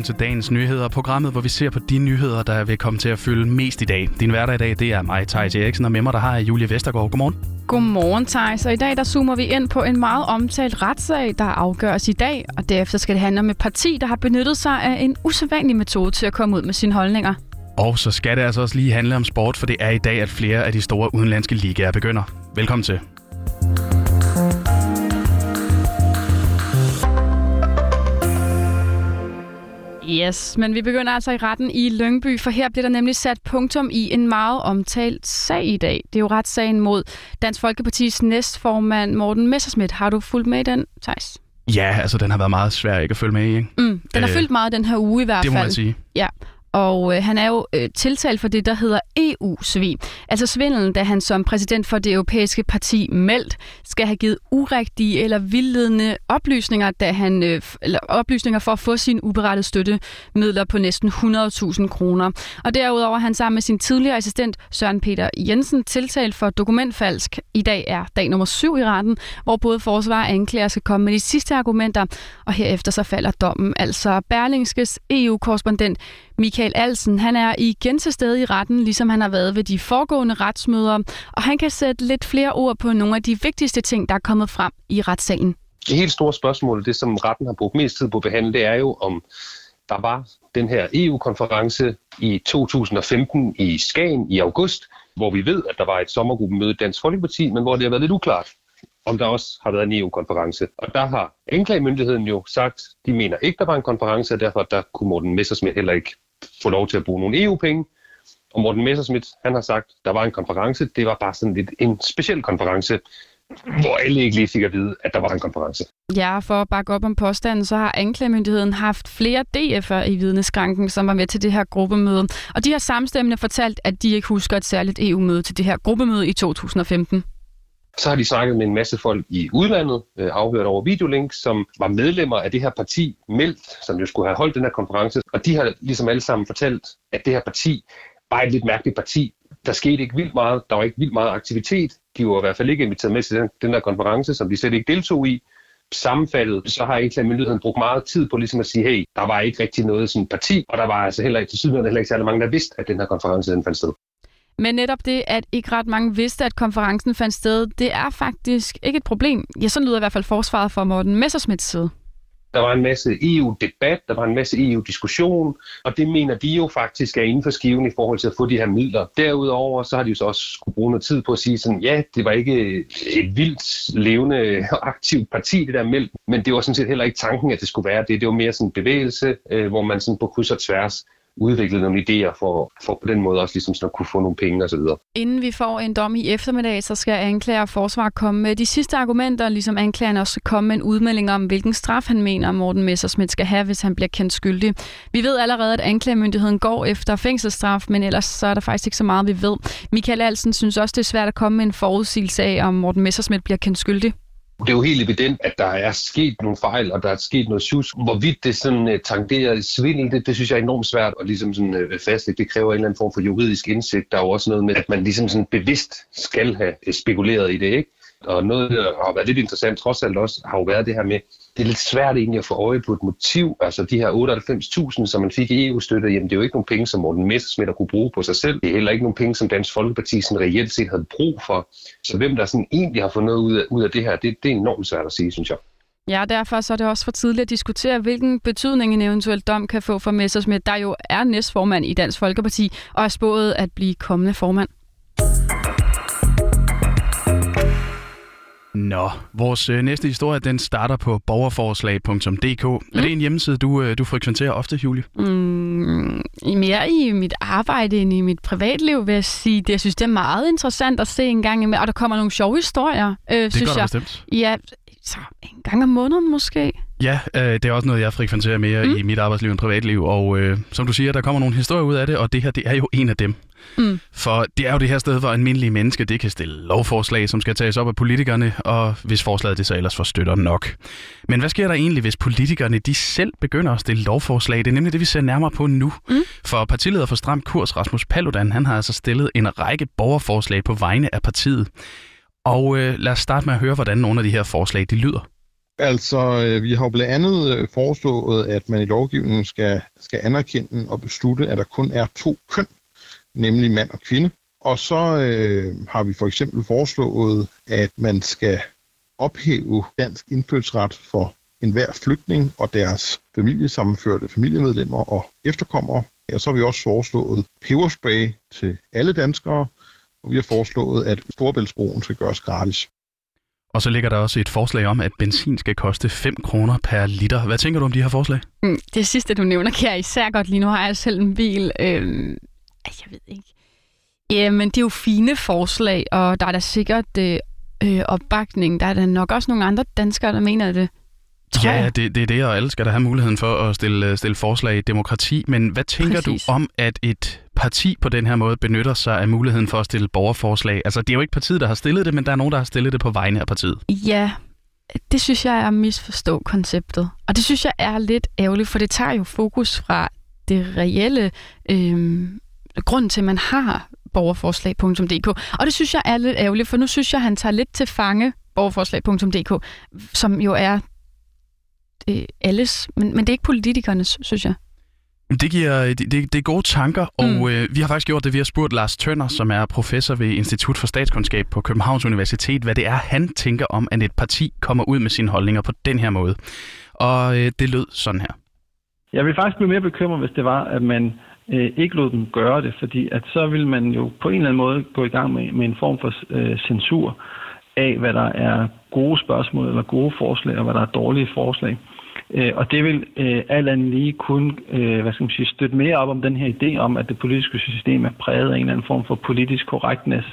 velkommen til dagens nyheder, programmet, hvor vi ser på de nyheder, der vil komme til at fylde mest i dag. Din hverdag i dag, det er mig, Theis Eriksen, og med mig, der har jeg Julie Vestergaard. Godmorgen. Godmorgen, Theis. Og i dag, der zoomer vi ind på en meget omtalt retssag, der afgøres i dag. Og derefter skal det handle om et parti, der har benyttet sig af en usædvanlig metode til at komme ud med sine holdninger. Og så skal det altså også lige handle om sport, for det er i dag, at flere af de store udenlandske ligaer begynder. Velkommen til. Yes, men vi begynder altså i retten i Lyngby, for her bliver der nemlig sat punktum i en meget omtalt sag i dag. Det er jo retssagen mod Dansk Folkepartis næstformand Morten Messerschmidt. Har du fulgt med i den, Theis? Ja, altså den har været meget svær ikke at følge med i, ikke? Den har fyldt meget den her uge i hvert fald. Det må man sige. Ja. Og han er jo tiltalt for det, der hedder EU-svig. Altså svindelen, da han som præsident for det europæiske parti Meldt skal have givet urigtige eller vildledende oplysninger, oplysninger for at få sine uberettede støttemidler på næsten 100.000 kroner. Og derudover er han sammen med sin tidligere assistent Søren Peter Jensen tiltalt for dokumentfalsk. I dag er dag nummer 7 i retten, hvor både forsvar og anklager skal komme med de sidste argumenter, og herefter så falder dommen. Altså Berlingskes EU-korrespondent Michael Alsen, han er igen til stede i retten, ligesom han har været ved de foregående retsmøder, og han kan sætte lidt flere ord på nogle af de vigtigste ting, der er kommet frem i retssagen. Det helt store spørgsmål, det som retten har brugt mest tid på at behandle, det er jo, om der var den her EU-konference i 2015 i Skagen i august, hvor vi ved, at der var et sommergruppemøde i Dansk Folkeparti, men hvor det har været lidt uklart, om der også har været en EU-konference. Og der har anklagemyndigheden jo sagt, de mener ikke, der var en konference, og derfor der kunne Morten Messerschmidt heller ikke få lov til at bruge nogle EU-penge. Og Morten Messerschmidt, han har sagt, der var en konference, det var bare sådan lidt en speciel konference, hvor alle ikke lige fik at vide, at der var en konference. Ja, for at bakke op om påstanden, så har anklagemyndigheden haft flere DF'er i vidneskranken, som var med til det her gruppemøde. Og de har samstemmende fortalt, at de ikke husker et særligt EU-møde til det her gruppemøde i 2015. Så har de snakket med en masse folk i udlandet, afhørt over videolink, som var medlemmer af det her parti Meldt, som jo skulle have holdt den her konference. Og de har ligesom alle sammen fortalt, at det her parti var et lidt mærkeligt parti. Der skete ikke vildt meget, der var ikke vildt meget aktivitet. De var i hvert fald ikke inviteret med til den her konference, som de slet ikke deltog i. Sammenfattet, så har anklagemyndigheden brugt meget tid på ligesom at sige, hey, der var ikke rigtig noget sådan parti, og der var altså heller ikke særlig mange, der vidste, at den her konference den fandt sted. Men netop det, at ikke ret mange vidste, at konferencen fandt sted, det er faktisk ikke et problem. Ja, sådan lyder i hvert fald forsvaret for Morten Messerschmidts side. Der var en masse EU-debat, der var en masse EU-diskussion, og det mener de jo faktisk er inden for skiven i forhold til at få de her midler. Derudover så har de jo så også skulle bruge noget tid på at sige sådan, ja, det var ikke et vildt levende og aktivt parti, det der Meldt, men det var sådan set heller ikke tanken, at det skulle være det. Det var mere sådan en bevægelse, hvor man sådan på kryds og tværs udviklet nogle idéer for på den måde også ligesom sådan at kunne få nogle penge osv. Inden vi får en dom i eftermiddag, så skal anklager og forsvar komme med de sidste argumenter, ligesom anklageren også komme med en udmelding om, hvilken straf han mener, Morten Messerschmidt skal have, hvis han bliver kendt skyldig. Vi ved allerede, at anklagemyndigheden går efter fængselsstraf, men ellers så er der faktisk ikke så meget, vi ved. Michael Alsen synes også, det er svært at komme med en forudsigelse af, om Morten Messerschmidt bliver kendt skyldig. Det er jo helt evident, at der er sket nogle fejl, og der er sket noget sjusk. Hvorvidt det sådan tangerer svindel, det synes jeg er enormt svært at ligesom sådan fastlægge. Det kræver en eller anden form for juridisk indsigt. Der er jo også noget med, at man ligesom sådan bevidst skal have spekuleret i det, ikke? Og noget, der har været lidt interessant trods alt også, har jo været det her med, det er lidt svært egentlig at få øje på et motiv. Altså de her 98.000, som man fik i EU-støtte, jamen det er jo ikke nogen penge, som Morten Messerschmidt kunne bruge på sig selv. Det er heller ikke nogen penge, som Dansk Folkeparti sådan reelt set havde brug for. Så hvem der sådan egentlig har fået noget ud af det her, det er enormt svært at sige, synes jeg. Ja, derfor så er det også for tidligt at diskutere, hvilken betydning en eventuel dom kan få for Messerschmidt, der jo er næstformand i Dansk Folkeparti og er spået at blive kommende formand. Nå, vores næste historie, den starter på borgerforslag.dk. Er det en hjemmeside, du frekventerer ofte, Julie? Mere i mit arbejde end i mit privatliv, vil jeg sige. Jeg synes, det er meget interessant at se en gang imellem. Og der kommer nogle sjove historier, det synes gør jeg. Bestemt. Ja, så en gang om måneden måske. Ja, det er også noget, jeg frekventerer mere i mit arbejdsliv end privatliv. Og som du siger, der kommer nogle historier ud af det, og det her, det er jo en af dem. For det er jo det her sted, hvor almindelige mennesker, det kan stille lovforslag, som skal tages op af politikerne, og hvis forslaget det så ellers får støtter nok. Men hvad sker der egentlig, hvis politikerne de selv begynder at stille lovforslag? Det er nemlig det, vi ser nærmere på nu. For partileder for Stram Kurs, Rasmus Paludan, han har altså stillet en række borgerforslag på vegne af partiet. Og lad os starte med at høre, hvordan nogle af de her forslag de lyder. Altså, vi har jo blandt andet foreslået, at man i lovgivningen skal anerkende og beslutte, at der kun er 2 køn, nemlig mand og kvinde. Og så har vi for eksempel foreslået, at man skal ophæve dansk indfødsret for enhver flygtning og deres familiesammenførte familiemedlemmer og efterkommere. Og så har vi også foreslået peberspray til alle danskere, og vi har foreslået, at Storebæltsbroen skal gøres gratis. Og så ligger der også et forslag om, at benzin skal koste 5 kroner per liter. Hvad tænker du om de her forslag? Det sidste, du nævner, kan jeg især godt lige nu. Har jeg selv en bil. Jeg ved ikke. Jamen, det er jo fine forslag, og der er da sikkert opbakning. Der er da nok også nogle andre danskere, der mener det. Ja, det er det, og alle skal da have muligheden for at stille forslag i demokrati. Men hvad tænker du om, at et parti på den her måde benytter sig af muligheden for at stille borgerforslag? Altså, det er jo ikke partiet, der har stillet det, men der er nogen, der har stillet det på vegne af partiet. Ja, det synes jeg er at misforstå konceptet. Og det synes jeg er lidt ærgerligt, for det tager jo fokus fra det reelle grund til, at man har borgerforslag.dk. Og det synes jeg er lidt ærgerligt, for nu synes jeg, at han tager lidt til fange borgerforslag.dk, som jo er alles, men det er ikke politikernes, synes jeg. Det er gode tanker, og vi har faktisk gjort det. Vi har spurgt Lars Tønder, som er professor ved Institut for Statskundskab på Københavns Universitet, hvad det er, han tænker om, at et parti kommer ud med sine holdninger på den her måde. Og det lød sådan her. Jeg vil faktisk blive mere bekymret, hvis det var, at man ikke lod dem gøre det, fordi at så vil man jo på en eller anden måde gå i gang med en form for censur af, hvad der er gode spørgsmål eller gode forslag, og hvad der er dårlige forslag. Og det vil alt andet lige kunne støtte mere op om den her idé om, at det politiske system er præget af en eller anden form for politisk korrektness,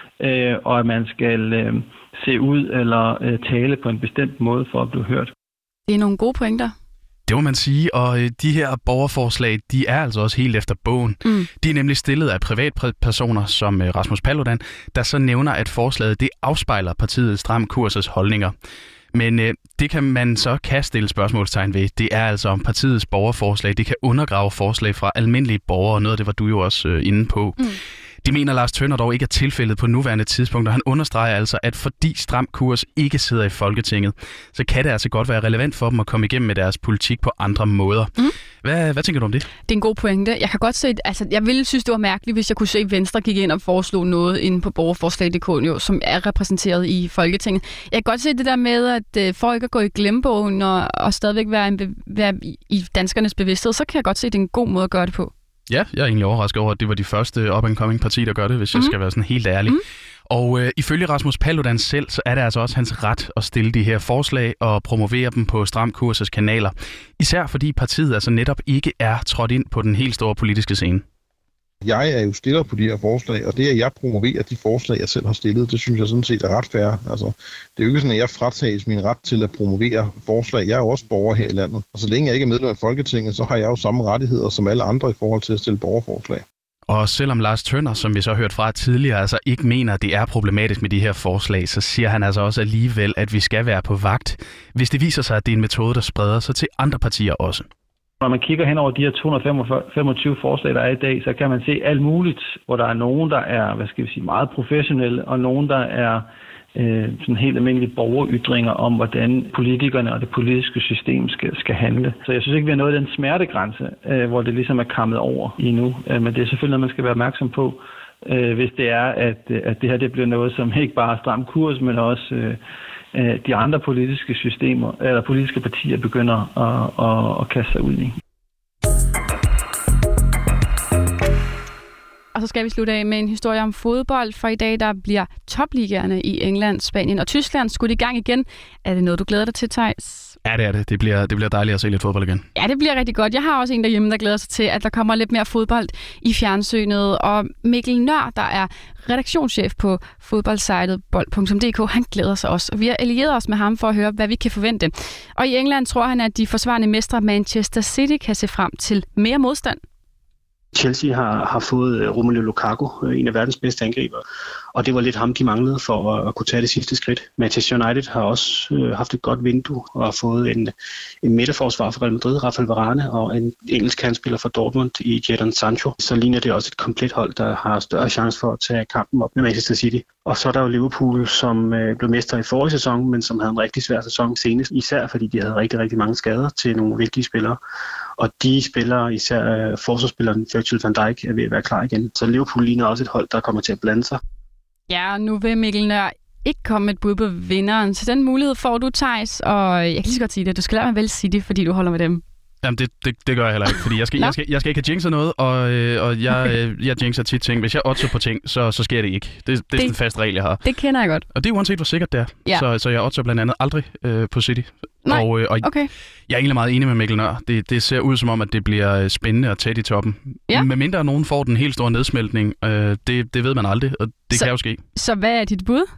og at man skal se ud eller tale på en bestemt måde for at blive hørt. Det er nogle gode pointer. Det må man sige, og de her borgerforslag, de er altså også helt efter bogen. De er nemlig stillet af privatpersoner som Rasmus Paludan, der så nævner, at forslaget det afspejler partiet Stram Kurs' holdninger. Men det kan man så stille spørgsmålstegn ved. Det er altså om partiets borgerforslag. Det kan undergrave forslag fra almindelige borgere, og noget af det var du jo også inde på. Det mener Lars Tønder dog ikke er tilfældet på nuværende tidspunkt, og han understreger altså, at fordi Stram Kurs ikke sidder i Folketinget, så kan det altså godt være relevant for dem at komme igennem med deres politik på andre måder. Hvad tænker du om det? Det er en god pointe. Jeg kan godt se, altså jeg ville synes, det var mærkeligt, hvis jeg kunne se, at Venstre gik ind og foreslog noget inde på borgerforslag.dk, jo, som er repræsenteret i Folketinget. Jeg kan godt se det der med, at for ikke at gå i glemmebogen og stadigvæk være i danskernes bevidsthed, så kan jeg godt se, at det er en god måde at gøre det på. Ja, jeg er egentlig overrasket over, at det var de første up-and-coming parti, der gør det, hvis jeg skal være sådan helt ærlig. Og ifølge Rasmus Paludan selv, så er det altså også hans ret at stille de her forslag og promovere dem på Stram Kurs' kanaler. Især fordi partiet altså netop ikke er trådt ind på den helt store politiske scene. Jeg er jo stiller på de her forslag, og det, at jeg promoverer de forslag, jeg selv har stillet, det synes jeg sådan set er ret fair. Altså, det er jo ikke sådan, at jeg fratages min ret til at promovere forslag. Jeg er jo også borger her i landet. Og så længe jeg ikke er medlem af Folketinget, så har jeg jo samme rettigheder som alle andre i forhold til at stille borgerforslag. Og selvom Lars Tønder, som vi så har hørt fra tidligere, altså ikke mener, at det er problematisk med de her forslag, så siger han altså også alligevel, at vi skal være på vagt, hvis det viser sig, at det er en metode, der spreder sig til andre partier også. Når man kigger hen over de her 225 forslag, der er i dag, så kan man se alt muligt, hvor der er nogen, der er, meget professionelle, og nogen, der er sådan helt almindelige borgerytringer om, hvordan politikerne og det politiske system skal handle. Så jeg synes ikke, vi har nået den smertegrænse, hvor det ligesom er kammet over endnu. Men det er selvfølgelig noget, man skal være opmærksom på, hvis det er, at det her det bliver noget, som ikke bare er Stram Kurs, men også de andre politiske systemer eller politiske partier begynder at kaste sig ud i. Og så skal vi slutte af med en historie om fodbold, for i dag der bliver topligaerne i England, Spanien og Tyskland skudt i gang igen. Er det noget, du glæder dig til, Theis? Ja, det er det. Det bliver dejligt at se lidt fodbold igen. Ja, det bliver rigtig godt. Jeg har også en derhjemme, der glæder sig til, at der kommer lidt mere fodbold i fjernsynet. Og Mikkel Nør, der er redaktionschef på fodboldsejtet bold.dk, han glæder sig også. Og vi har allieret os med ham for at høre, hvad vi kan forvente. Og i England tror han, at de forsvarende mestre Manchester City kan se frem til mere modstand. Chelsea har fået Romelu Lukaku, en af verdens bedste angriber, og det var lidt ham, de manglede for at kunne tage det sidste skridt. Manchester United har også haft et godt vindue og har fået en midterforsvar for Real Madrid, Rafael Varane, og en engelsk kandspiller for Dortmund i Jadon Sancho. Så ligner det også et komplet hold, der har større chance for at tage kampen op med Manchester City. Og så er der jo Liverpool, som blev mester i forrige sæson, men som havde en rigtig svær sæson senest, især fordi de havde rigtig, rigtig mange skader til nogle vigtige spillere. Og de spillere, især forsvarsspilleren Virgil van Dijk, er ved at være klar igen. Så Liverpool ligner også et hold, der kommer til at blande sig. Ja, nu vil Mikkel Nør ikke komme med et bud på vinderen. Så den mulighed får du, Theis, og jeg kan lige så godt sige det. Du skal lade mig vælge City, fordi du holder med dem. Jamen, det gør jeg heller ikke, fordi jeg skal ikke have jinxet noget, og jeg jinxer tit ting. Hvis jeg oddser på ting, så sker det ikke. Det er den faste regel, jeg har. Det kender jeg godt. Og det er uanset, hvor sikkert det er. Ja. Så jeg oddser blandt andet aldrig på City. Nej, okay. Jeg er egentlig meget enig med Mikkel Nør. Det ser ud som om, at det bliver spændende at tæt i toppen. Ja. Men mindre nogen får den helt store nedsmeltning, det ved man aldrig, og det kan jo ske. Så hvad er dit bud?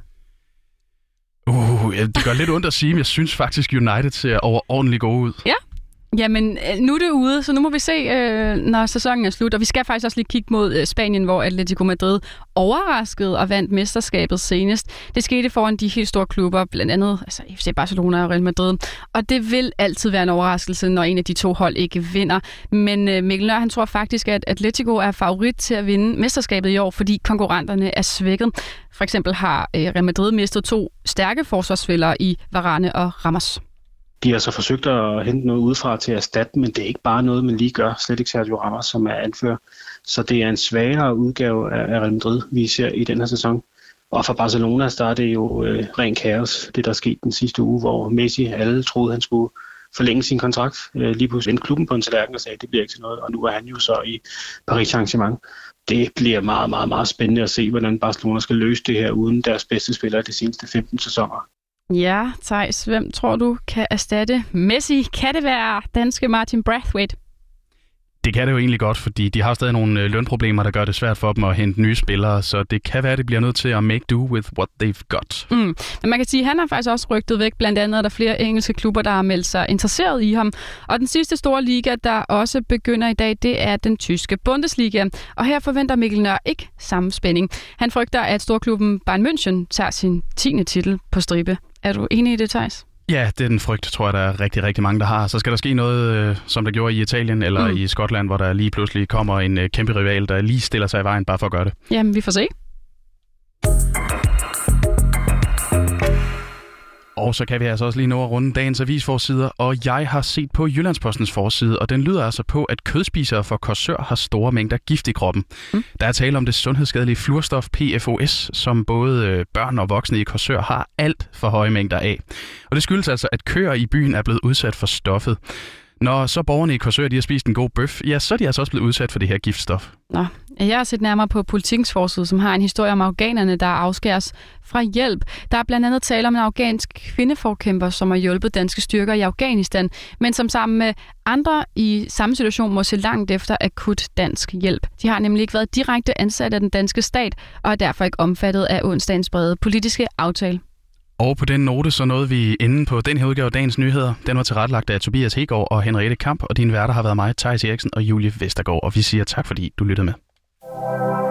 Det gør lidt ondt at sige, men jeg synes faktisk, United ser overordentligt gode ud. Ja. Jamen, nu er det ude, så nu må vi se, når sæsonen er slut. Og vi skal faktisk også lige kigge mod Spanien, hvor Atletico Madrid overraskede og vandt mesterskabet senest. Det skete foran de helt store klubber, blandt andet FC Barcelona og Real Madrid. Og det vil altid være en overraskelse, når en af de to hold ikke vinder. Men Mikkel Nør, han tror faktisk, at Atletico er favorit til at vinde mesterskabet i år, fordi konkurrenterne er svækket. For eksempel har Real Madrid mistet 2 stærke forsvarsspillere i Varane og Ramos. De har så forsøgt at hente noget udefra til at erstatte, men det er ikke bare noget, man lige gør. Slet ikke Sergio Ramos, som er anfører. Så det er en svagere udgave af Real Madrid, vi ser i den her sæson. Og for Barcelona der er det jo ren kaos, det der skete den sidste uge, hvor Messi, alle troede, han skulle forlænge sin kontrakt. Lige pludselig endte klubben på en tallerken og sagde, at det bliver ikke til noget. Og nu er han jo så i Paris Saint-Germain. Det bliver meget, meget, meget spændende at se, hvordan Barcelona skal løse det her uden deres bedste spillere de seneste 15 sæsoner. Ja, Theis, hvem tror du kan erstatte Messi? Kan det være danske Martin Braithwaite? Det kan det jo egentlig godt, fordi de har stadig nogle lønproblemer, der gør det svært for dem at hente nye spillere, så det kan være, at de bliver nødt til at make do with what they've got. Men man kan sige, at han har faktisk også rygtet væk. Blandt andet er der flere engelske klubber, der har meldt sig interesseret i ham. Og den sidste store liga, der også begynder i dag, det er den tyske Bundesliga. Og her forventer Mikkel Nør ikke samme spænding. Han frygter, at storklubben Bayern München tager sin 10. titel på stribe. Er du enig i det, Theis? Ja, det er den frygt, tror jeg, der er rigtig, rigtig mange, der har. Så skal der ske noget, som der gjorde i Italien eller i Skotland, hvor der lige pludselig kommer en kæmpe rival, der lige stiller sig i vejen bare for at gøre det. Jamen, vi får se. Og så kan vi altså også lige nå at runde dagens avisforsider, og jeg har set på Jyllandspostens forside, og den lyder altså på, at kødspisere for Korsør har store mængder gift i kroppen. Der er tale om det sundhedsskadelige fluorstof PFOS, som både børn og voksne i Korsør har alt for høje mængder af. Og det skyldes altså, at køer i byen er blevet udsat for stoffet. Når så borgerne i Korsør de har spist en god bøf, ja, så er de altså også blevet udsat for det her giftstof. Nå, jeg har set nærmere på Politikens forside, som har en historie om afghanerne, der afskæres fra hjælp. Der er blandt andet tale om en afghansk kvindeforkæmper, som har hjulpet danske styrker i Afghanistan, men som sammen med andre i samme situation må se langt efter akut dansk hjælp. De har nemlig ikke været direkte ansat af den danske stat, og er derfor ikke omfattet af onsdagens brede politiske aftale. Og på den note, så nåede vi inde på den her udgave af Dagens Nyheder. Den var tilrettelagt af Tobias Hegård og Henriette Kamp, og dine værter har været mig, Theis Eriksen og Julie Vestergaard. Og vi siger tak, fordi du lyttede med.